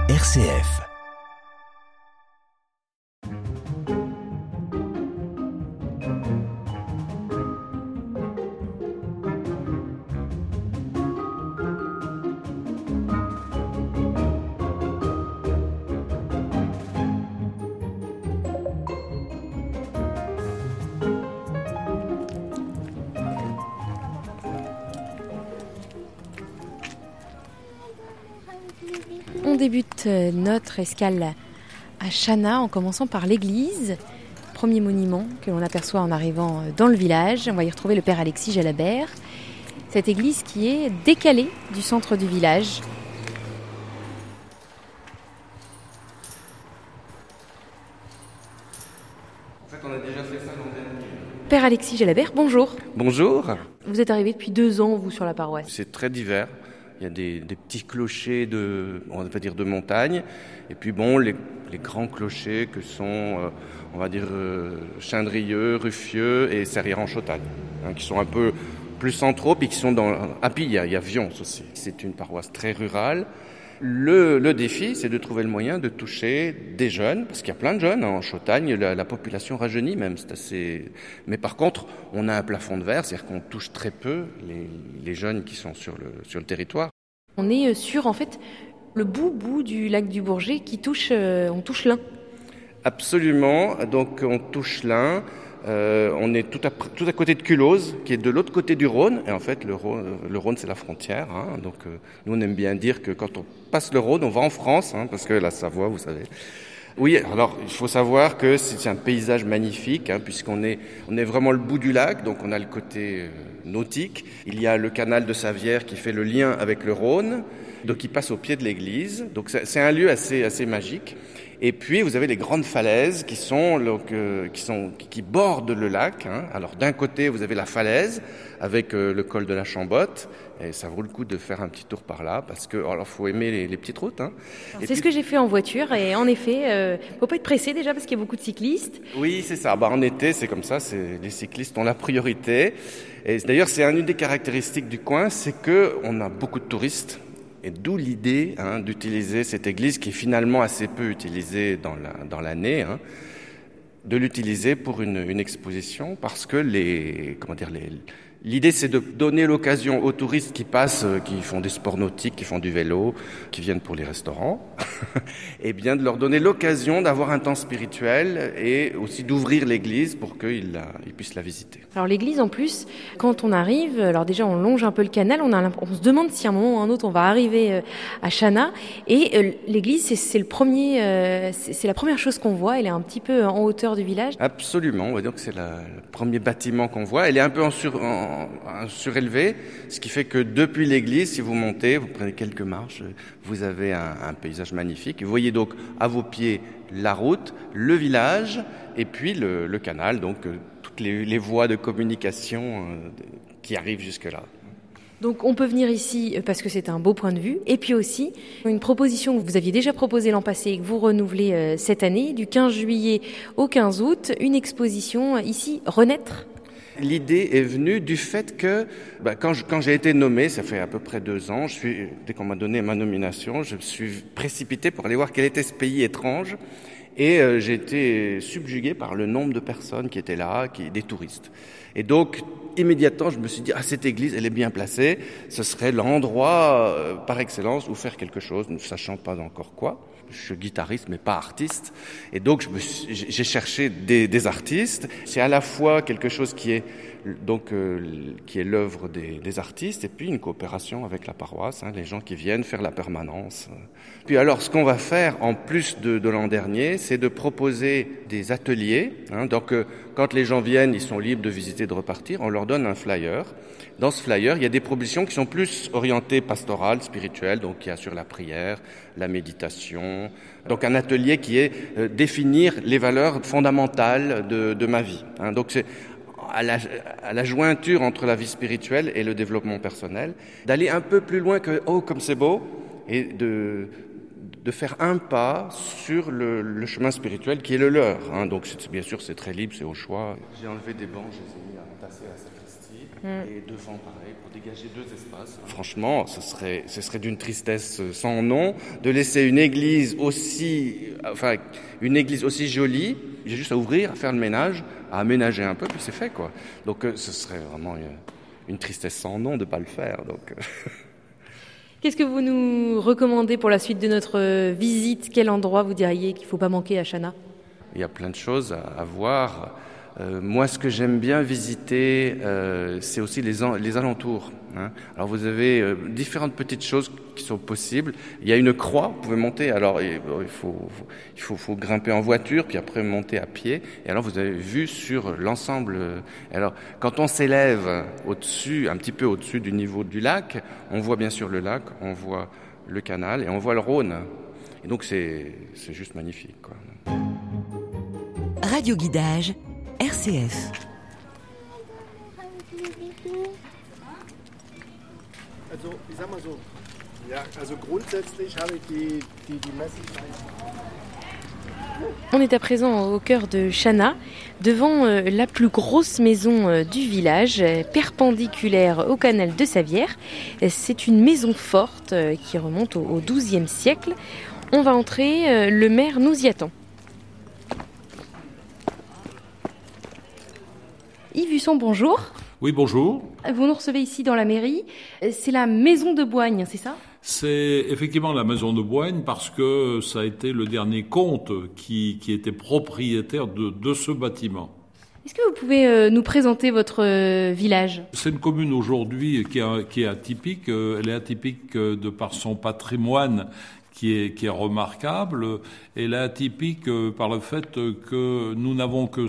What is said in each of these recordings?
RCF. On débute notre escale à Chana en commençant par l'église, premier monument que l'on aperçoit en arrivant dans le village. On va y retrouver le père Alexis Jalabert, cette église qui est décalée du centre du village. En fait, on a déjà fait ça l'an dernier. Père Alexis Jalabert, bonjour. Bonjour. Vous êtes arrivé depuis 2 ans, vous, sur la paroisse. C'est très divers. Il y a des petits clochers on va dire de montagne, et puis bon, les grands clochers que sont, on va dire, Chindrieux, Ruffieux et Serrières-en-Chautagne, qui sont un peu plus centraux, puis qui sont puis il y a Vions aussi. C'est une paroisse très rurale. Le défi, c'est de trouver le moyen de toucher des jeunes, parce qu'il y a plein de jeunes en Chautagne, la population rajeunit même, c'est assez. Mais par contre, on a un plafond de verre, c'est-à-dire qu'on touche très peu les jeunes qui sont sur le territoire. On est sur, en fait, le bout du lac du Bourget on touche l'Ain. Absolument, donc on touche l'Ain. On est tout à côté de Culose, qui est de l'autre côté du Rhône. Et en fait, le Rhône, c'est la frontière. Donc, nous, on aime bien dire que quand on passe le Rhône, on va en France, parce que la Savoie, vous savez. Oui, alors, il faut savoir que c'est un paysage magnifique, puisqu'on est vraiment le bout du lac. Donc, on a le côté nautique. Il y a le canal de Savières qui fait le lien avec le Rhône. Donc, il passe au pied de l'église. Donc, c'est un lieu assez magique. Et puis, vous avez les grandes falaises qui bordent le lac. Alors, d'un côté, vous avez la falaise avec le col de la Chambotte. Et ça vaut le coup de faire un petit tour par là parce que, alors, faut aimer les petites routes. Ce que j'ai fait en voiture. Et en effet, faut pas être pressé déjà parce qu'il y a beaucoup de cyclistes. Oui, c'est ça. En été, c'est comme ça. Les cyclistes ont la priorité. Et d'ailleurs, c'est une des caractéristiques du coin, c'est que on a beaucoup de touristes. Et d'où l'idée d'utiliser cette église qui est finalement assez peu utilisée dans l'année, de l'utiliser pour une exposition parce que l'idée c'est de donner l'occasion aux touristes qui passent, qui font des sports nautiques, qui font du vélo, qui viennent pour les restaurants, et bien de leur donner l'occasion d'avoir un temps spirituel et aussi d'ouvrir l'église pour qu'ils puissent la visiter. Alors l'église en plus, quand on arrive, alors déjà on longe un peu le canal, on se demande si à un moment ou à un autre on va arriver à Chana et l'église c'est la première chose qu'on voit, elle est un petit peu en hauteur du village. Absolument, on va dire que c'est le premier bâtiment qu'on voit, elle est un peu en surélevé, ce qui fait que depuis l'église, si vous montez, vous prenez quelques marches, vous avez un paysage magnifique. Vous voyez donc à vos pieds la route, le village et puis le canal, donc toutes les voies de communication qui arrivent jusque-là. Donc on peut venir ici parce que c'est un beau point de vue et puis aussi une proposition que vous aviez déjà proposée l'an passé et que vous renouvelez cette année, du 15 juillet au 15 août, une exposition ici, Renaître. L'idée est venue du fait que quand j'ai été nommé, ça fait à peu près 2 ans, dès qu'on m'a donné ma nomination, je me suis précipité pour aller voir quel était ce pays étrange et j'ai été subjugué par le nombre de personnes qui étaient là, des touristes. Et donc immédiatement, je me suis dit cette église, elle est bien placée, ce serait l'endroit par excellence où faire quelque chose, ne sachant pas encore quoi. Je suis guitariste mais pas artiste et donc j'ai cherché des artistes. C'est à la fois quelque chose qui est l'œuvre des artistes et puis une coopération avec la paroisse, les gens qui viennent faire la permanence. Puis alors ce qu'on va faire en plus de l'an dernier, c'est de proposer des ateliers. Donc quand les gens viennent, ils sont libres de visiter, de repartir, on leur donne un flyer. Dans ce flyer, il y a des propositions qui sont plus orientées pastorales, spirituelles, donc il y a sur la prière, la méditation. Donc un atelier qui est définir les valeurs fondamentales de ma vie. Donc c'est à la jointure entre la vie spirituelle et le développement personnel, d'aller un peu plus loin que « oh, comme c'est beau » et de faire un pas sur le chemin spirituel qui est le leur. Donc bien sûr, c'est très libre, c'est au choix. J'ai enlevé des bancs, je les ai mis à tasser à la sacristie. Et devant, pareil, pour dégager 2 espaces. Franchement, ce serait d'une tristesse sans nom de laisser une église aussi jolie. J'ai juste à ouvrir, à faire le ménage, à aménager un peu, puis c'est fait, quoi. Donc, ce serait vraiment une tristesse sans nom de pas le faire. Donc. Qu'est-ce que vous nous recommandez pour la suite de notre visite? Quel endroit vous diriez qu'il ne faut pas manquer à Chana? Il y a plein de choses à voir. Moi, ce que j'aime bien visiter, c'est aussi les alentours. Hein. Alors, vous avez différentes petites choses qui sont possibles. Il y a une croix, vous pouvez monter. Alors, il faut grimper en voiture, puis après monter à pied. Et alors, vous avez vu sur l'ensemble. Alors, quand on s'élève au-dessus, un petit peu au-dessus du niveau du lac, on voit bien sûr le lac, on voit le canal et on voit le Rhône. Et donc, c'est juste magnifique, quoi. Radio Guidage, RCF. Also, ich sag mal so, ja, also grundsätzlich habe ich die Messe. On est à présent au cœur de Chana, devant la plus grosse maison du village, perpendiculaire au canal de Savière. C'est une maison forte qui remonte au XIIe siècle. On va entrer, le maire nous y attend. Yves Husson, bonjour. Oui, bonjour. Vous nous recevez ici dans la mairie. C'est la maison de Boigne, c'est ça ? C'est effectivement la maison de Boigne parce que ça a été le dernier comte qui était propriétaire de ce bâtiment. Est-ce que vous pouvez nous présenter votre village ? C'est une commune aujourd'hui qui est atypique. Elle est atypique de par son patrimoine qui est remarquable. Elle est atypique par le fait que nous n'avons que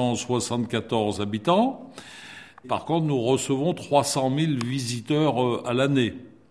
574 habitants. Par contre, nous recevons 300 000 visiteurs à l'année.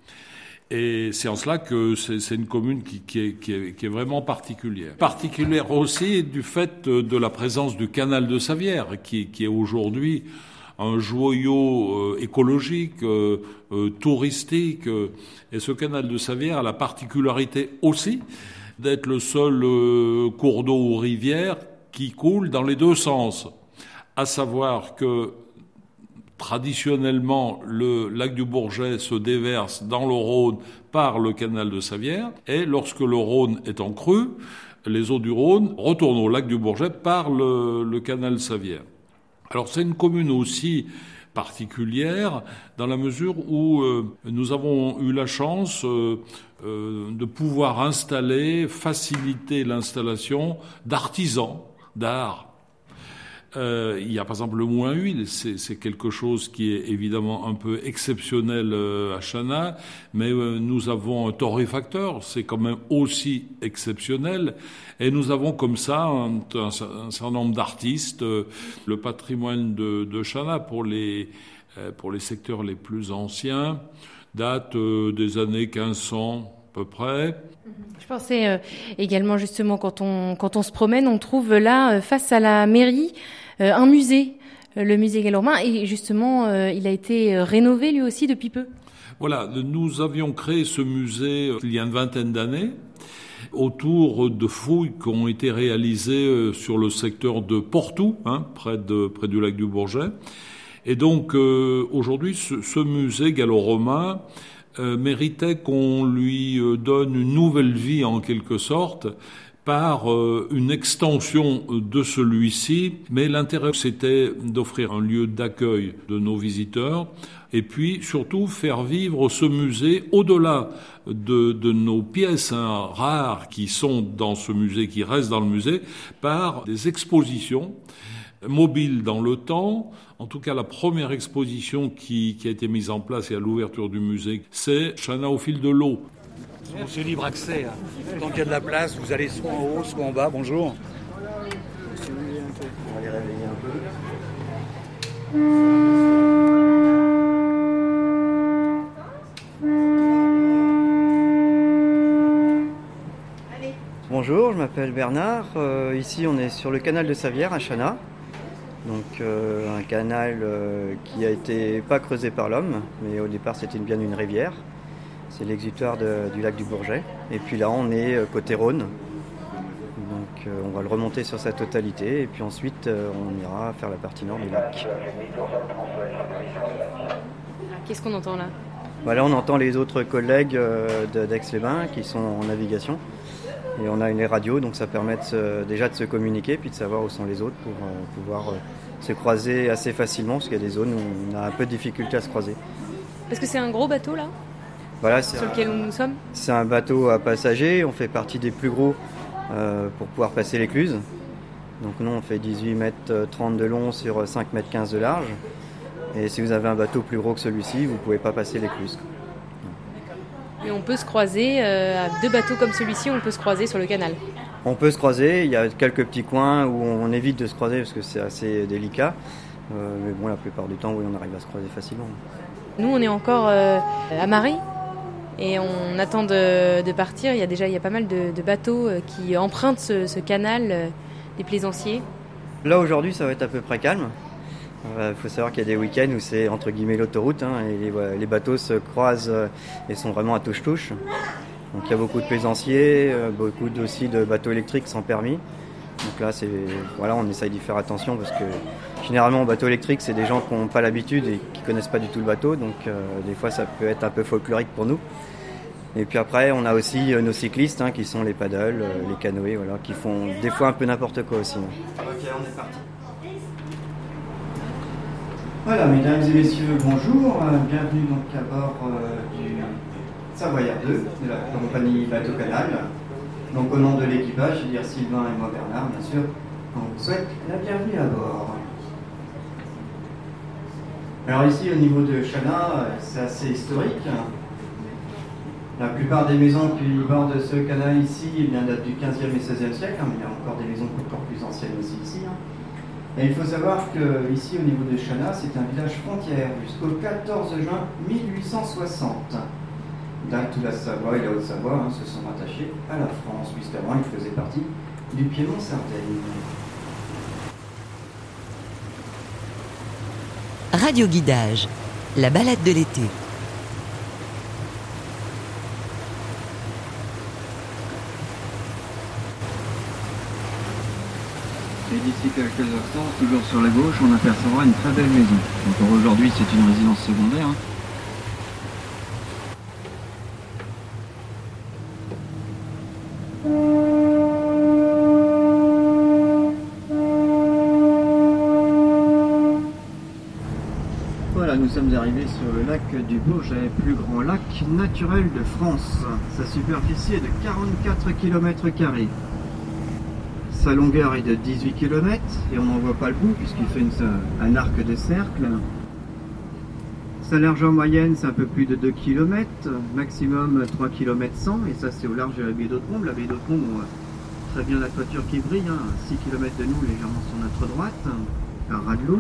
Et c'est en cela que c'est une commune qui est vraiment particulière. Particulière aussi du fait de la présence du canal de Savière, qui est aujourd'hui un joyau écologique, touristique. Et ce canal de Savière a la particularité aussi d'être le seul cours d'eau ou rivière qui coule dans les deux sens. À savoir que traditionnellement, le lac du Bourget se déverse dans le Rhône par le canal de Savière. Et lorsque le Rhône est en crue, les eaux du Rhône retournent au lac du Bourget par le canal Savière. Alors c'est une commune aussi particulière dans la mesure où nous avons eu la chance de pouvoir faciliter l'installation d'artisans d'art. Il y a par exemple le Moulin à Huile, c'est quelque chose qui est évidemment un peu exceptionnel à Chana, mais nous avons un torréfacteur, c'est quand même aussi exceptionnel, et nous avons comme ça un certain nombre d'artistes. Le patrimoine de Chana pour les secteurs les plus anciens date des années 1500 à peu près. Je pensais également justement quand on se promène, on trouve là face à la mairie un musée, le musée gallo-romain, et justement il a été rénové lui aussi depuis peu. Voilà, nous avions créé ce musée il y a une vingtaine d'années autour de fouilles qui ont été réalisées sur le secteur de Portou, près du lac du Bourget. Et donc aujourd'hui ce musée gallo-romain méritait qu'on lui donne une nouvelle vie en quelque sorte par une extension de celui-ci, mais l'intérêt c'était d'offrir un lieu d'accueil de nos visiteurs et puis surtout faire vivre ce musée au-delà de nos pièces rares qui sont dans ce musée, qui restent dans le musée, par des expositions mobiles dans le temps. En tout cas, la première exposition qui a été mise en place et à l'ouverture du musée, c'est Chana au fil de l'eau. C'est libre accès. Tant qu'il y a de la place, vous allez soit en haut, soit en bas. Bonjour. On va les réveiller un peu. Bonjour, je m'appelle Bernard. Ici, on est sur le canal de Savière à Chana. Donc un canal qui a été pas creusé par l'homme, mais au départ c'était bien une rivière. C'est l'exutoire du lac du Bourget. Et puis là on est côté Rhône. Donc on va le remonter sur sa totalité et puis ensuite on ira faire la partie nord du lac. Qu'est-ce qu'on entend là ? Là on entend les autres collègues d'Aix-les-Bains qui sont en navigation et on a les radios, donc ça permet déjà de se communiquer puis de savoir où sont les autres pour pouvoir se croiser assez facilement parce qu'il y a des zones où on a un peu de difficulté à se croiser. Parce que c'est un gros bateau là ? Voilà, sur lequel nous sommes ? C'est un bateau à passagers, on fait partie des plus gros pour pouvoir passer l'écluse. Donc nous on fait 18 mètres 30 de long sur 5 mètres 15 de large. Et si vous avez un bateau plus gros que celui-ci, vous ne pouvez pas passer l'écluse. Mais on peut se croiser, à 2 bateaux comme celui-ci, on peut se croiser sur le canal. On peut se croiser, il y a quelques petits coins où on évite de se croiser parce que c'est assez délicat. Mais bon, la plupart du temps, oui, on arrive à se croiser facilement. Nous, on est encore à Marie et on attend de partir. Il y a pas mal de bateaux qui empruntent ce canal des plaisanciers. Là, aujourd'hui, ça va être à peu près calme. Il faut savoir qu'il y a des week-ends où c'est entre guillemets l'autoroute et les bateaux se croisent et sont vraiment à touche-touche. Donc il y a beaucoup de plaisanciers, beaucoup aussi de bateaux électriques sans permis. Donc là, on essaye d'y faire attention parce que généralement, en bateau électrique, c'est des gens qui n'ont pas l'habitude et qui ne connaissent pas du tout le bateau. Donc des fois, ça peut être un peu folklorique pour nous. Et puis après, on a aussi nos cyclistes qui sont les paddles, les canoës, qui font des fois un peu n'importe quoi aussi. Ok, on est parti. Voilà, mesdames et messieurs, bonjour. Bienvenue donc à bord du Savoyard 2 de la compagnie Bateau Canal. Donc au nom de l'équipage, c'est-à-dire Sylvain et moi Bernard, bien sûr, on vous souhaite la bienvenue à bord. Alors ici, au niveau de Chana, c'est assez historique. La plupart des maisons qui bordent ce canal ici datent du 15e et 16e siècle, mais il y a encore des maisons encore plus anciennes aussi ici. Et il faut savoir qu'ici, au niveau de Chana, c'est un village frontière jusqu'au 14 juin 1860. Là, toute la Savoie et la Haute-Savoie se sont rattachés à la France, puisqu'avant, ils faisaient partie du Piémont-Sardaigne. Radio Guidage, la balade de l'été. Et d'ici quelques instants, toujours sur la gauche, on apercevra une très belle maison. Encore aujourd'hui, c'est une résidence secondaire. Voilà, nous sommes arrivés sur le lac du Bourget, plus grand lac naturel de France. Sa superficie est de 44 km². Sa longueur est de 18 km et on n'en voit pas le bout puisqu'il fait un arc de cercle. Sa largeur moyenne c'est un peu plus de 2 km, maximum 3 km 100 et ça c'est au large de la baie d'Autrombe. La baie d'Autrombe, on voit très bien la toiture qui brille, 6 km de nous légèrement sur notre droite, à ras de l'eau.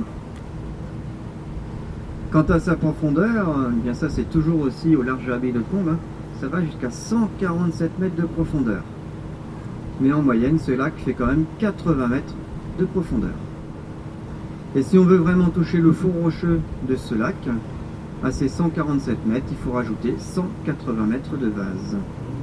Quant à sa profondeur, eh bien ça c'est toujours aussi au large de la baie d'Autrombe, ça va jusqu'à 147 mètres de profondeur. Mais en moyenne, ce lac fait quand même 80 mètres de profondeur. Et si on veut vraiment toucher le fond rocheux de ce lac, à ces 147 mètres, il faut rajouter 180 mètres de vase.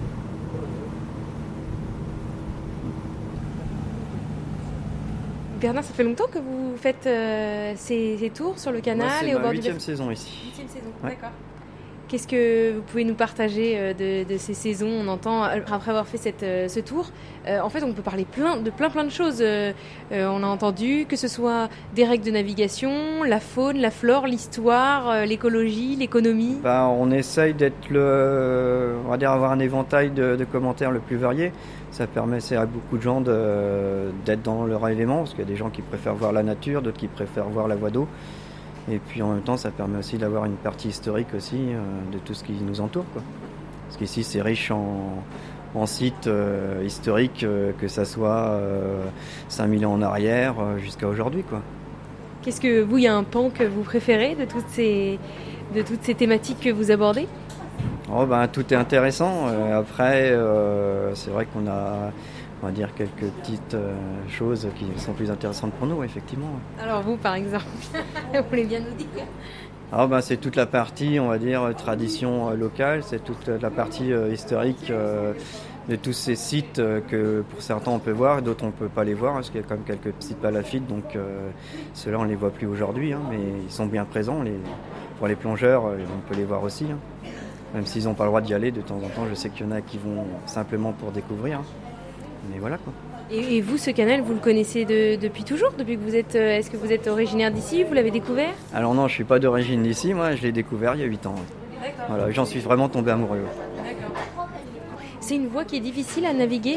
Bernard, ça fait longtemps que vous faites ces tours sur le canal et au bord du... C'est ma 8e saison ici. 8e saison, ouais. D'accord. Qu'est-ce que vous pouvez nous partager de ces saisons ? On entend, après avoir fait ce tour, en fait, on peut parler de plein de choses. On a entendu que ce soit des règles de navigation, la faune, la flore, l'histoire, l'écologie, l'économie. On essaye on va dire avoir un éventail de commentaires le plus varié. Ça permet à beaucoup de gens d'être dans leur élément, parce qu'il y a des gens qui préfèrent voir la nature, d'autres qui préfèrent voir la voie d'eau. Et puis en même temps, ça permet aussi d'avoir une partie historique aussi de tout ce qui nous entoure, quoi. Parce qu'ici, c'est riche en sites historiques, que ça soit 5000 ans en arrière jusqu'à aujourd'hui, quoi. Qu'est-ce que vous, il y a un pan que vous préférez de toutes ces thématiques que vous abordez ? Tout est intéressant. Après, c'est vrai qu'on a, on va dire, quelques petites choses qui sont plus intéressantes pour nous, effectivement. Alors vous, par exemple, vous voulez bien nous dire ? Alors c'est toute la partie, on va dire, tradition locale, c'est toute la partie historique de tous ces sites que pour certains on peut voir, d'autres on ne peut pas les voir, parce qu'il y a quand même quelques sites palafites, donc ceux-là on ne les voit plus aujourd'hui, mais ils sont bien présents. Pour les plongeurs, on peut les voir aussi, même s'ils n'ont pas le droit d'y aller de temps en temps. Je sais qu'il y en a qui vont simplement pour découvrir, mais voilà quoi. Et vous, ce canal, vous le connaissez depuis toujours, depuis que vous êtes... Est-ce que vous êtes originaire d'ici? Vous l'avez découvert? Alors non, je ne suis pas d'origine d'ici, moi je l'ai découvert il y a 8 ans. D'accord. Voilà, j'en suis vraiment tombé amoureux. D'accord. C'est une voie qui est difficile à naviguer,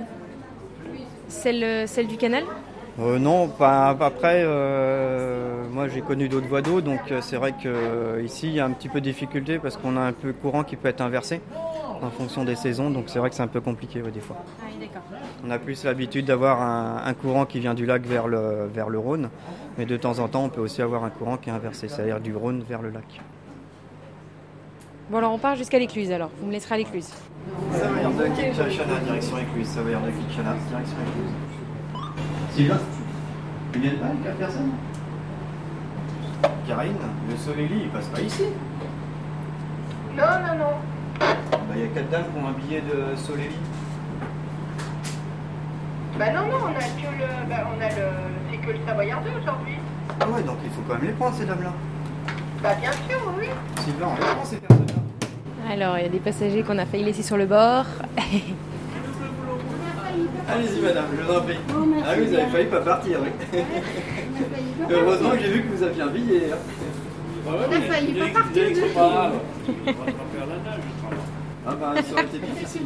celle du canal? Non, pas après. Moi j'ai connu d'autres voies d'eau, donc c'est vrai qu'ici il y a un petit peu de difficulté parce qu'on a un peu courant qui peut être inversé en fonction des saisons, donc c'est vrai que c'est un peu compliqué des fois. Ah oui, d'accord. On a plus l'habitude d'avoir un courant qui vient du lac vers le Rhône, mais de temps en temps on peut aussi avoir un courant qui est inversé, c'est-à-dire du Rhône vers le lac. Bon alors on part jusqu'à l'écluse alors, vous me laisserez à l'écluse. Savoyard de Kitchana, direction écluse. Savoyard de Kitchana, direction écluse. Sylvain, ils viennent pas les 4 personnes? Karine, le Soleil, il passe pas ici? Non. Il y a 4 dames qui ont un billet de Soleil. Non, on a c'est que le Savoyard 2 aujourd'hui. Ah ouais, donc il faut quand même les prendre ces dames-là. Bien sûr, oui. Sylvain, on les prend ces personnes-là. Alors il y a des passagers qu'on a failli laisser sur le bord. Allez-y madame, je vous en prie. Ah oui, vous avez failli pas partir, oui. Heureusement que j'ai vu que vous aviez un billet. On a failli pas partir. Ah ça aurait été difficile.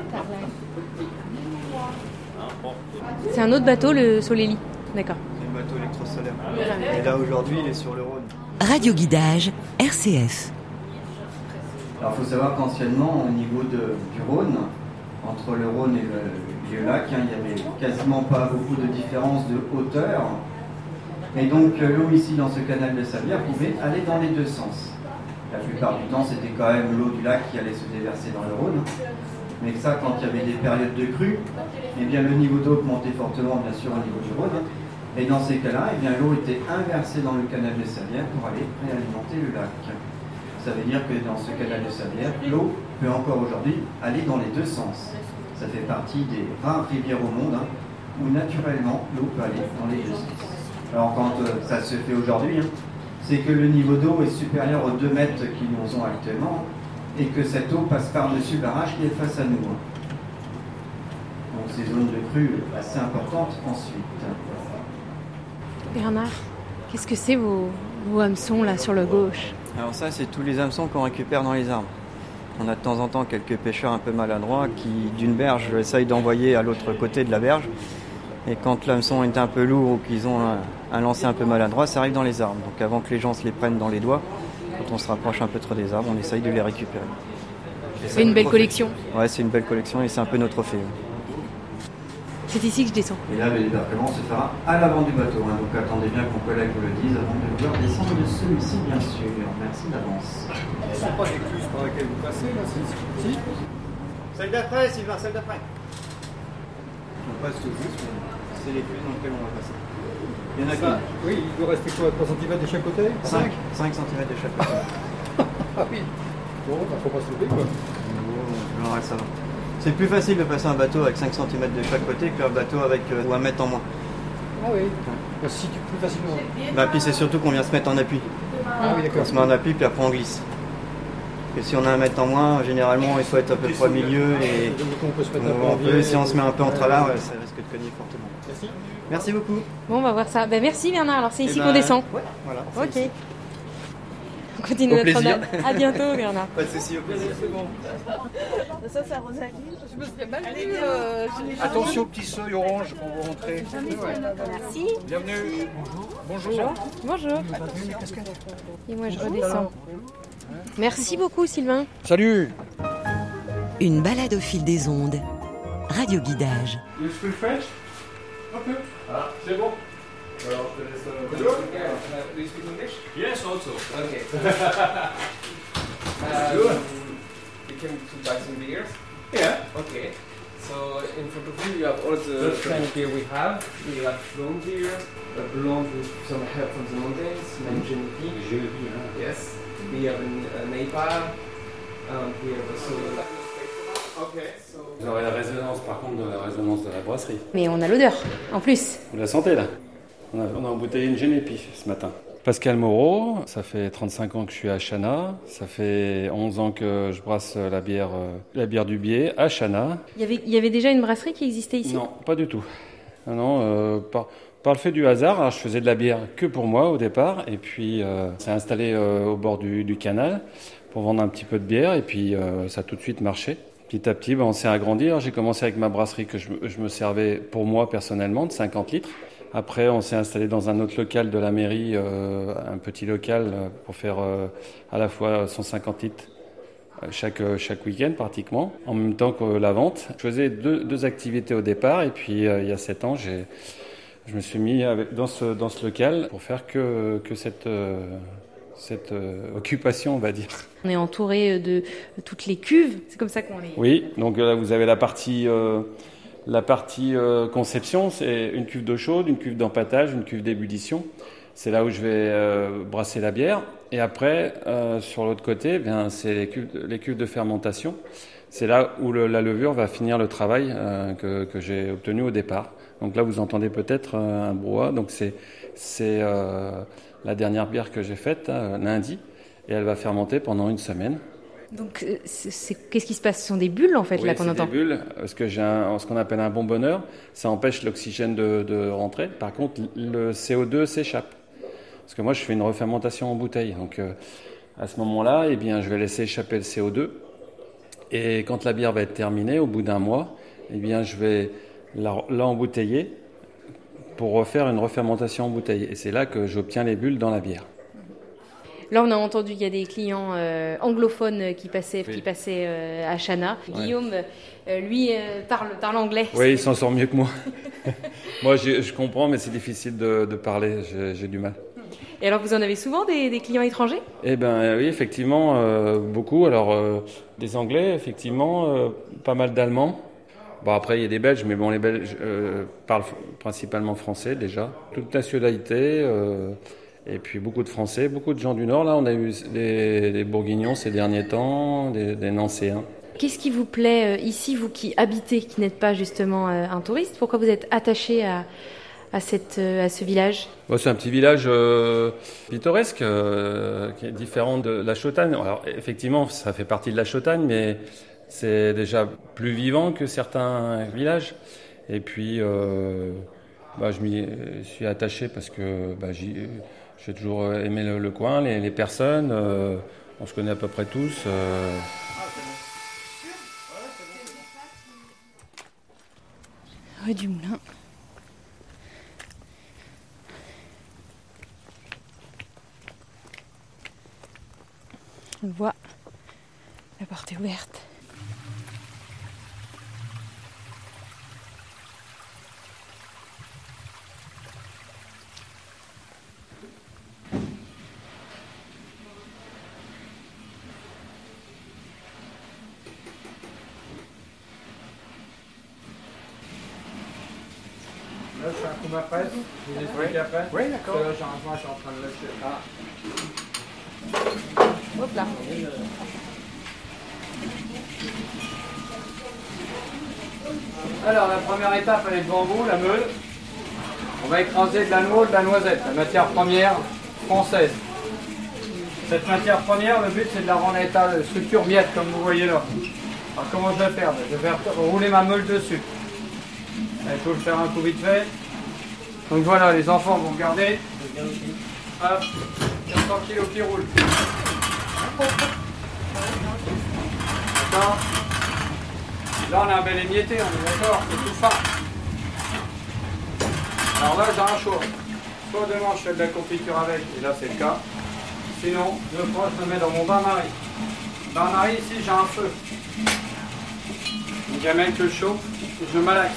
C'est un autre bateau, le Soleil. D'accord. C'est un bateau électrosolaire. Et là aujourd'hui, il est sur le Rhône. Radio Guidage, RCF. Alors il faut savoir qu'anciennement, au niveau du Rhône, entre le Rhône et le lac, il n'y avait quasiment pas beaucoup de différence de hauteur. Et donc l'eau ici dans ce canal de Savière pouvait aller dans les deux sens. La plupart du temps, c'était quand même l'eau du lac qui allait se déverser dans le Rhône. Mais ça, quand il y avait des périodes de crue, eh bien, le niveau d'eau augmentait fortement, bien sûr, au niveau du Rhône. Et dans ces cas-là, eh bien, l'eau était inversée dans le canal de Savière pour aller réalimenter le lac. Ça veut dire que dans ce canal de Savière, l'eau peut encore aujourd'hui aller dans les deux sens. Ça fait partie des rares rivières au monde où naturellement l'eau peut aller dans les deux sens. Alors quand ça se fait aujourd'hui, c'est que le niveau d'eau est supérieur aux 2 mètres qu'ils nous ont actuellement et que cette eau passe par-dessus le barrage qui est face à nous. Donc ces zones de crue assez importantes ensuite. Bernard, qu'est-ce que c'est vos hameçons là sur le gauche? Alors ça, c'est tous les hameçons qu'on récupère dans les arbres. On a de temps en temps quelques pêcheurs un peu maladroits qui, d'une berge, essayent d'envoyer à l'autre côté de la berge. Et quand l'hameçon est un peu lourd ou qu'ils ont un lancer un peu maladroit, ça arrive dans les arbres. Donc avant que les gens se les prennent dans les doigts, quand on se rapproche un peu trop des arbres, on essaye de les récupérer. C'est une belle collection. Ouais, c'est une belle collection et c'est un peu notre trophée. C'est ici que je descends. Et là, le débarquement se fera à l'avant du bateau. Donc attendez bien que mon collègue vous le dise avant de vouloir descendre de celui-ci, bien sûr. Merci d'avance. Ce n'est pas l'écluse par laquelle vous passez, là, c'est ici. Celle d'après, Sylvain, celle d'après. On passe tout juste, c'est l'écluse dans laquelle on va passer. Il y en a qu'un. Oui, il doit rester quoi, 3 cm de chaque côté? 5 cm de chaque côté. Ah oui. Bon, il ne faut pas se louper, quoi. Alors, ça va. C'est plus facile de passer un bateau avec 5 cm de chaque côté qu'un bateau avec 1 mètre en moins. Ah oui. Ouais. Si tu plus facilement. Bah, puis c'est surtout qu'on vient se mettre en appui. Ah oui, d'accord. On se met en appui, puis après on glisse. Et si on a 1 mètre en moins, généralement il faut être à peu près au milieu. Et on peut se mettre un peu en biais. Si on se met un peu en travers, ça risque de cogner fortement. Merci. Merci beaucoup. Bon, on va voir ça. Merci Bernard, alors c'est ici qu'on ben, descend. Ouais, voilà. Ok. Ici. On continue Au notre plaisir. promenade. À bientôt Bernard. Pas de soucis, au plaisir. C'est bon. Ça, c'est Rosalie. Je me souviens mal. Attention au petit seuil orange quand vous rentrez. Merci. Bienvenue. Bonjour. Bonjour. Et moi je redescends. Merci beaucoup Sylvain. Salut. Une balade au fil des ondes. Radio Guidage. You speak French? Ok. Ah, c'est bon. Alors, je te laisse... Do you speak English? Yes, also. Okay. We can buy some beers. Yeah. Okay. So in front of you, you have all the kind of beer we have. We have blonde beer, blonde with some help from the mountains, Genepi. Genepi, yes. We have an IPA, and we have also. Okay, so. Vous aurez la résonance, par contre, de la résonance de la brasserie. Mais on a l'odeur, en plus. Vous la sentez là? On a embouteillé une Genepi ce matin. Pascal Moreau, ça fait 35 ans que je suis à Chana, ça fait 11 ans que je brasse la bière du Biais à Chana. Il y avait déjà une brasserie qui existait ici? Non, pas du tout. Non, par le fait du hasard, alors je faisais de la bière que pour moi au départ, et puis c'est installé au bord du canal pour vendre un petit peu de bière, et puis ça a tout de suite marché. Petit à petit, on s'est agrandi. Alors, j'ai commencé avec ma brasserie que je me servais pour moi personnellement de 50 litres. Après, on s'est installé dans un autre local de la mairie, un petit local pour faire à la fois 150 litres chaque week-end pratiquement, en même temps que la vente. Je faisais deux activités au départ, et puis il y a 7 ans, je me suis mis dans ce local pour faire que cette occupation, on va dire. On est entouré de toutes les cuves, c'est comme ça qu'on les... Oui, donc là vous avez la partie conception, c'est une cuve d'eau chaude, une cuve d'empâtage, une cuve d'ébullition. C'est là où je vais brasser la bière. Et après, sur l'autre côté, c'est les cuves de fermentation. C'est là où la levure va finir le travail que j'ai obtenu au départ. Donc là, vous entendez peut-être un brouhaha. Donc c'est la dernière bière que j'ai faite lundi, et elle va fermenter pendant 1 semaine. Donc, qu'est-ce qui se passe? Ce sont des bulles, en fait, là, qu'on entend? Des bulles, parce que j'ai ce qu'on appelle un bonbonneur. Ça empêche l'oxygène de rentrer. Par contre, le CO2 s'échappe. Parce que moi, je fais une refermentation en bouteille. Donc, à ce moment-là, je vais laisser échapper le CO2. Et quand la bière va être terminée, au bout d'1 mois, je vais l'embouteiller pour refaire une refermentation en bouteille. Et c'est là que j'obtiens les bulles dans la bière. Là, on a entendu qu'il y a des clients anglophones qui passaient à Chana. Ouais. Guillaume, lui, parle anglais. Oui, il s'en sort mieux que moi. Moi, je comprends, mais c'est difficile de parler. J'ai du mal. Et alors, vous en avez souvent des clients étrangers? Eh bien, oui, effectivement, beaucoup. Alors, des Anglais, effectivement, pas mal d'Allemands. Bon, après, il y a des Belges, mais bon, les Belges parlent principalement français, déjà. Toute nationalité... Et puis beaucoup de Français, beaucoup de gens du Nord. Là, on a eu des Bourguignons ces derniers temps, des Nancéens. Qu'est-ce qui vous plaît ici, vous qui habitez, qui n'êtes pas justement un touriste? Pourquoi vous êtes attaché à ce village? C'est un petit village pittoresque, qui est différent de la Chautagne. Alors, effectivement, ça fait partie de la Chautagne, mais c'est déjà plus vivant que certains villages. Et puis, je m'y suis attaché parce que j'ai toujours aimé le coin, les personnes, on se connaît à peu près tous. Rue du Moulin. On voit, la porte est ouverte. Là, je fais un coup ma presse, je vous explique après. Oui, d'accord. Là, j'ai un joint, je suis en train de lâcher. Hop là. Alors, la première étape, elle est devant vous, la meule. On va écraser de la noix, de la noisette, la matière première française. Cette matière première, le but, c'est de la rendre à état de structure miette, comme vous voyez là. Alors, comment je vais faire? Je vais rouler ma meule dessus. Il faut le faire un coup vite fait. Donc voilà, les enfants vont regarder. Hop, 400 kg qui roulent. D'accord. Là, on a un bel émietté, on est d'accord, c'est tout fin. Alors là, j'ai un choix. Soit demain, je fais de la confiture avec, et là, c'est le cas. Sinon, je me mets dans mon bain-marie. Bain-marie, ici, j'ai un feu. Donc, j'amène que le chaud, et je malaxe.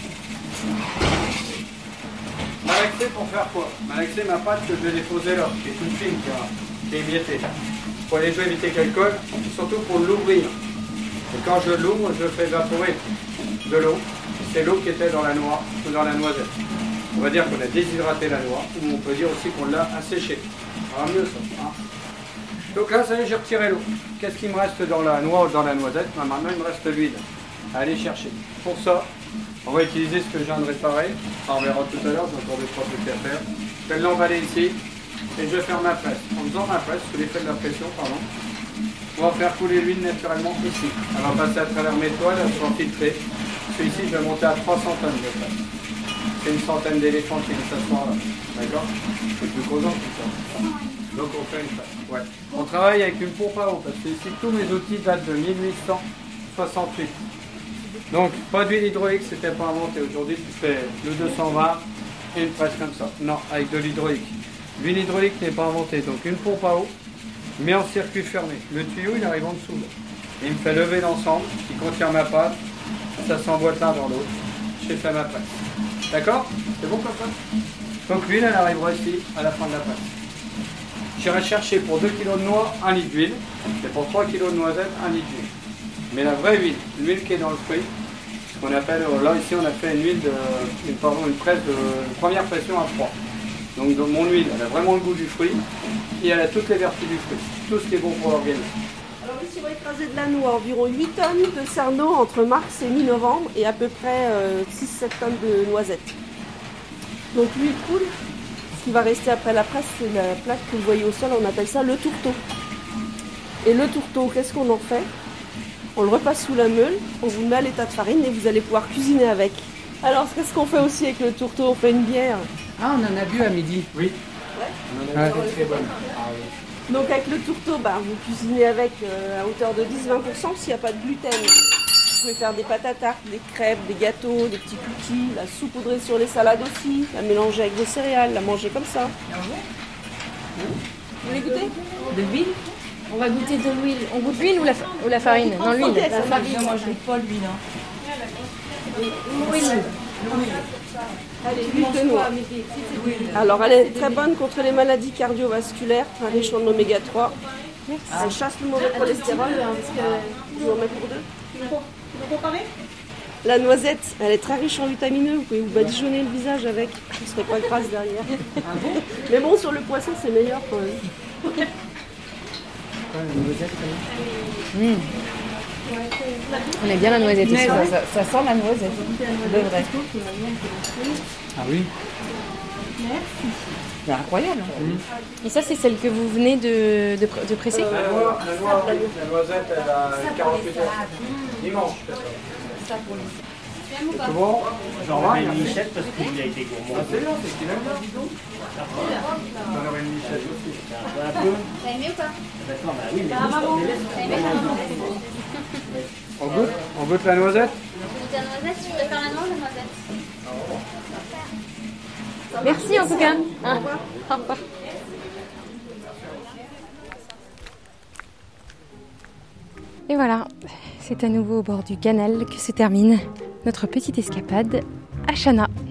Malaxer pour faire quoi? Malaxer ma pâte que je vais déposer là, qui est toute fine, qui est émiettée. Pour aller jouer éviter qu'elle colle, et surtout pour l'ouvrir. Et quand je l'ouvre, je fais évaporer de l'eau. C'est l'eau qui était dans la noix ou dans la noisette. On va dire qu'on a déshydraté la noix, ou on peut dire aussi qu'on l'a asséchée. Ça va mieux ça. Hein. Donc là, ça y est, j'ai retiré l'eau. Qu'est-ce qui me reste dans la noix ou dans la noisette? Maintenant, il me reste l'huile à aller chercher. Pour ça, on va utiliser ce que je viens de réparer. On verra tout à l'heure, j'ai encore 2-3 trucs à faire. Je vais l'emballer ici et je vais faire ma presse. En faisant ma presse, sous l'effet de la pression, pardon, on va faire couler l'huile naturellement ici. Elle va passer à travers mes toiles, elle sera filtrée. Celui-ci, je vais monter à 300 tonnes de presse. C'est une centaine d'éléphants qui vont s'asseoir là. D'accord? C'est plus causant tout ça. Donc on fait une presse. Ouais. On travaille avec une pompe à eau parce que ici tous mes outils datent de 1868. Donc pas d'huile hydraulique, c'était pas inventé. Aujourd'hui tu fais le 220 et une presse comme ça. Non, avec de l'hydraulique. L'huile hydraulique n'est pas inventée. Donc une pompe à eau, mais en circuit fermé. Le tuyau il arrive en dessous. Là. Et il me fait lever l'ensemble qui contient ma pâte. Ça s'emboîte l'un dans l'autre. J'ai fait ma presse. D'accord? C'est bon comme ça? Donc l'huile elle arrivera ici à la fin de la presse. J'irai chercher pour 2 kg de noix 1 litre d'huile, et pour 3 kg de noisettes 1 litre d'huile. Mais la vraie huile, l'huile qui est dans le fruit, ce qu'on appelle, là ici on a fait une presse de première pression à froid. Donc mon huile, elle a vraiment le goût du fruit, et elle a toutes les vertus du fruit, tout ce qui est bon pour l'organisme. Alors ici on va écraser de la noix, environ 8 tonnes de cerneaux entre mars et mi-novembre, et à peu près 6-7 tonnes de noisettes. Donc l'huile coule. Ce qui va rester après la presse, c'est la plaque que vous voyez au sol, on appelle ça le tourteau. Et le tourteau, qu'est-ce qu'on en fait? On le repasse sous la meule, on vous met à l'état de farine et vous allez pouvoir cuisiner avec. Alors, qu'est-ce qu'on fait aussi avec le tourteau? On fait une bière. Ah, on en a bu à midi. Oui. Ouais. On en a bu très bonne. Ah, oui. Donc avec le tourteau, vous cuisinez avec à hauteur de 10-20% s'il n'y a pas de gluten. Vous pouvez faire des pâtes à tarte, des crêpes, des gâteaux, des petits cookies, la saupoudrer sur les salades aussi, la mélanger avec des céréales, la manger comme ça. Vous voulez goûter? De l'huile? On va goûter de l'huile. On goûte l'huile ou la farine? Non, l'huile. La farine. Moi, je n'ai pas l'huile. Hein. L'huile. Allez, l'huile de noix. Alors, elle est très bonne contre les maladies cardiovasculaires, riche en oméga 3. Elle chasse le mauvais cholestérol. Je vous en mets pour deux. La noisette, elle est très riche en vitamineux. Vous pouvez vous badigeonner le visage avec. Vous ne serez pas grasse derrière. Mais bon, sur le poisson, c'est meilleur quand même. On aime bien la noisette aussi. Ça sent la noisette. De vrai. Ah oui. C'est incroyable. Et ça, c'est celle que vous venez de presser? La noisette, elle a 48 heures. Dimanche, Ça pour les... c'est bon? J'en ai une michette parce qu'il a été gourmand. Ah, c'est bien, c'est qu'il aime bien, dis donc. J'en aurais une michette aussi. Un peu. T'as aimé ou pas? D'accord, bah oui, mais T'as aimé? On goûte la noisette? Goûte la noisette, tu préfères la noix ou la noisette? Merci en tout cas. Au revoir. Et voilà, c'est à nouveau au bord du canal que se termine notre petite escapade à Chana.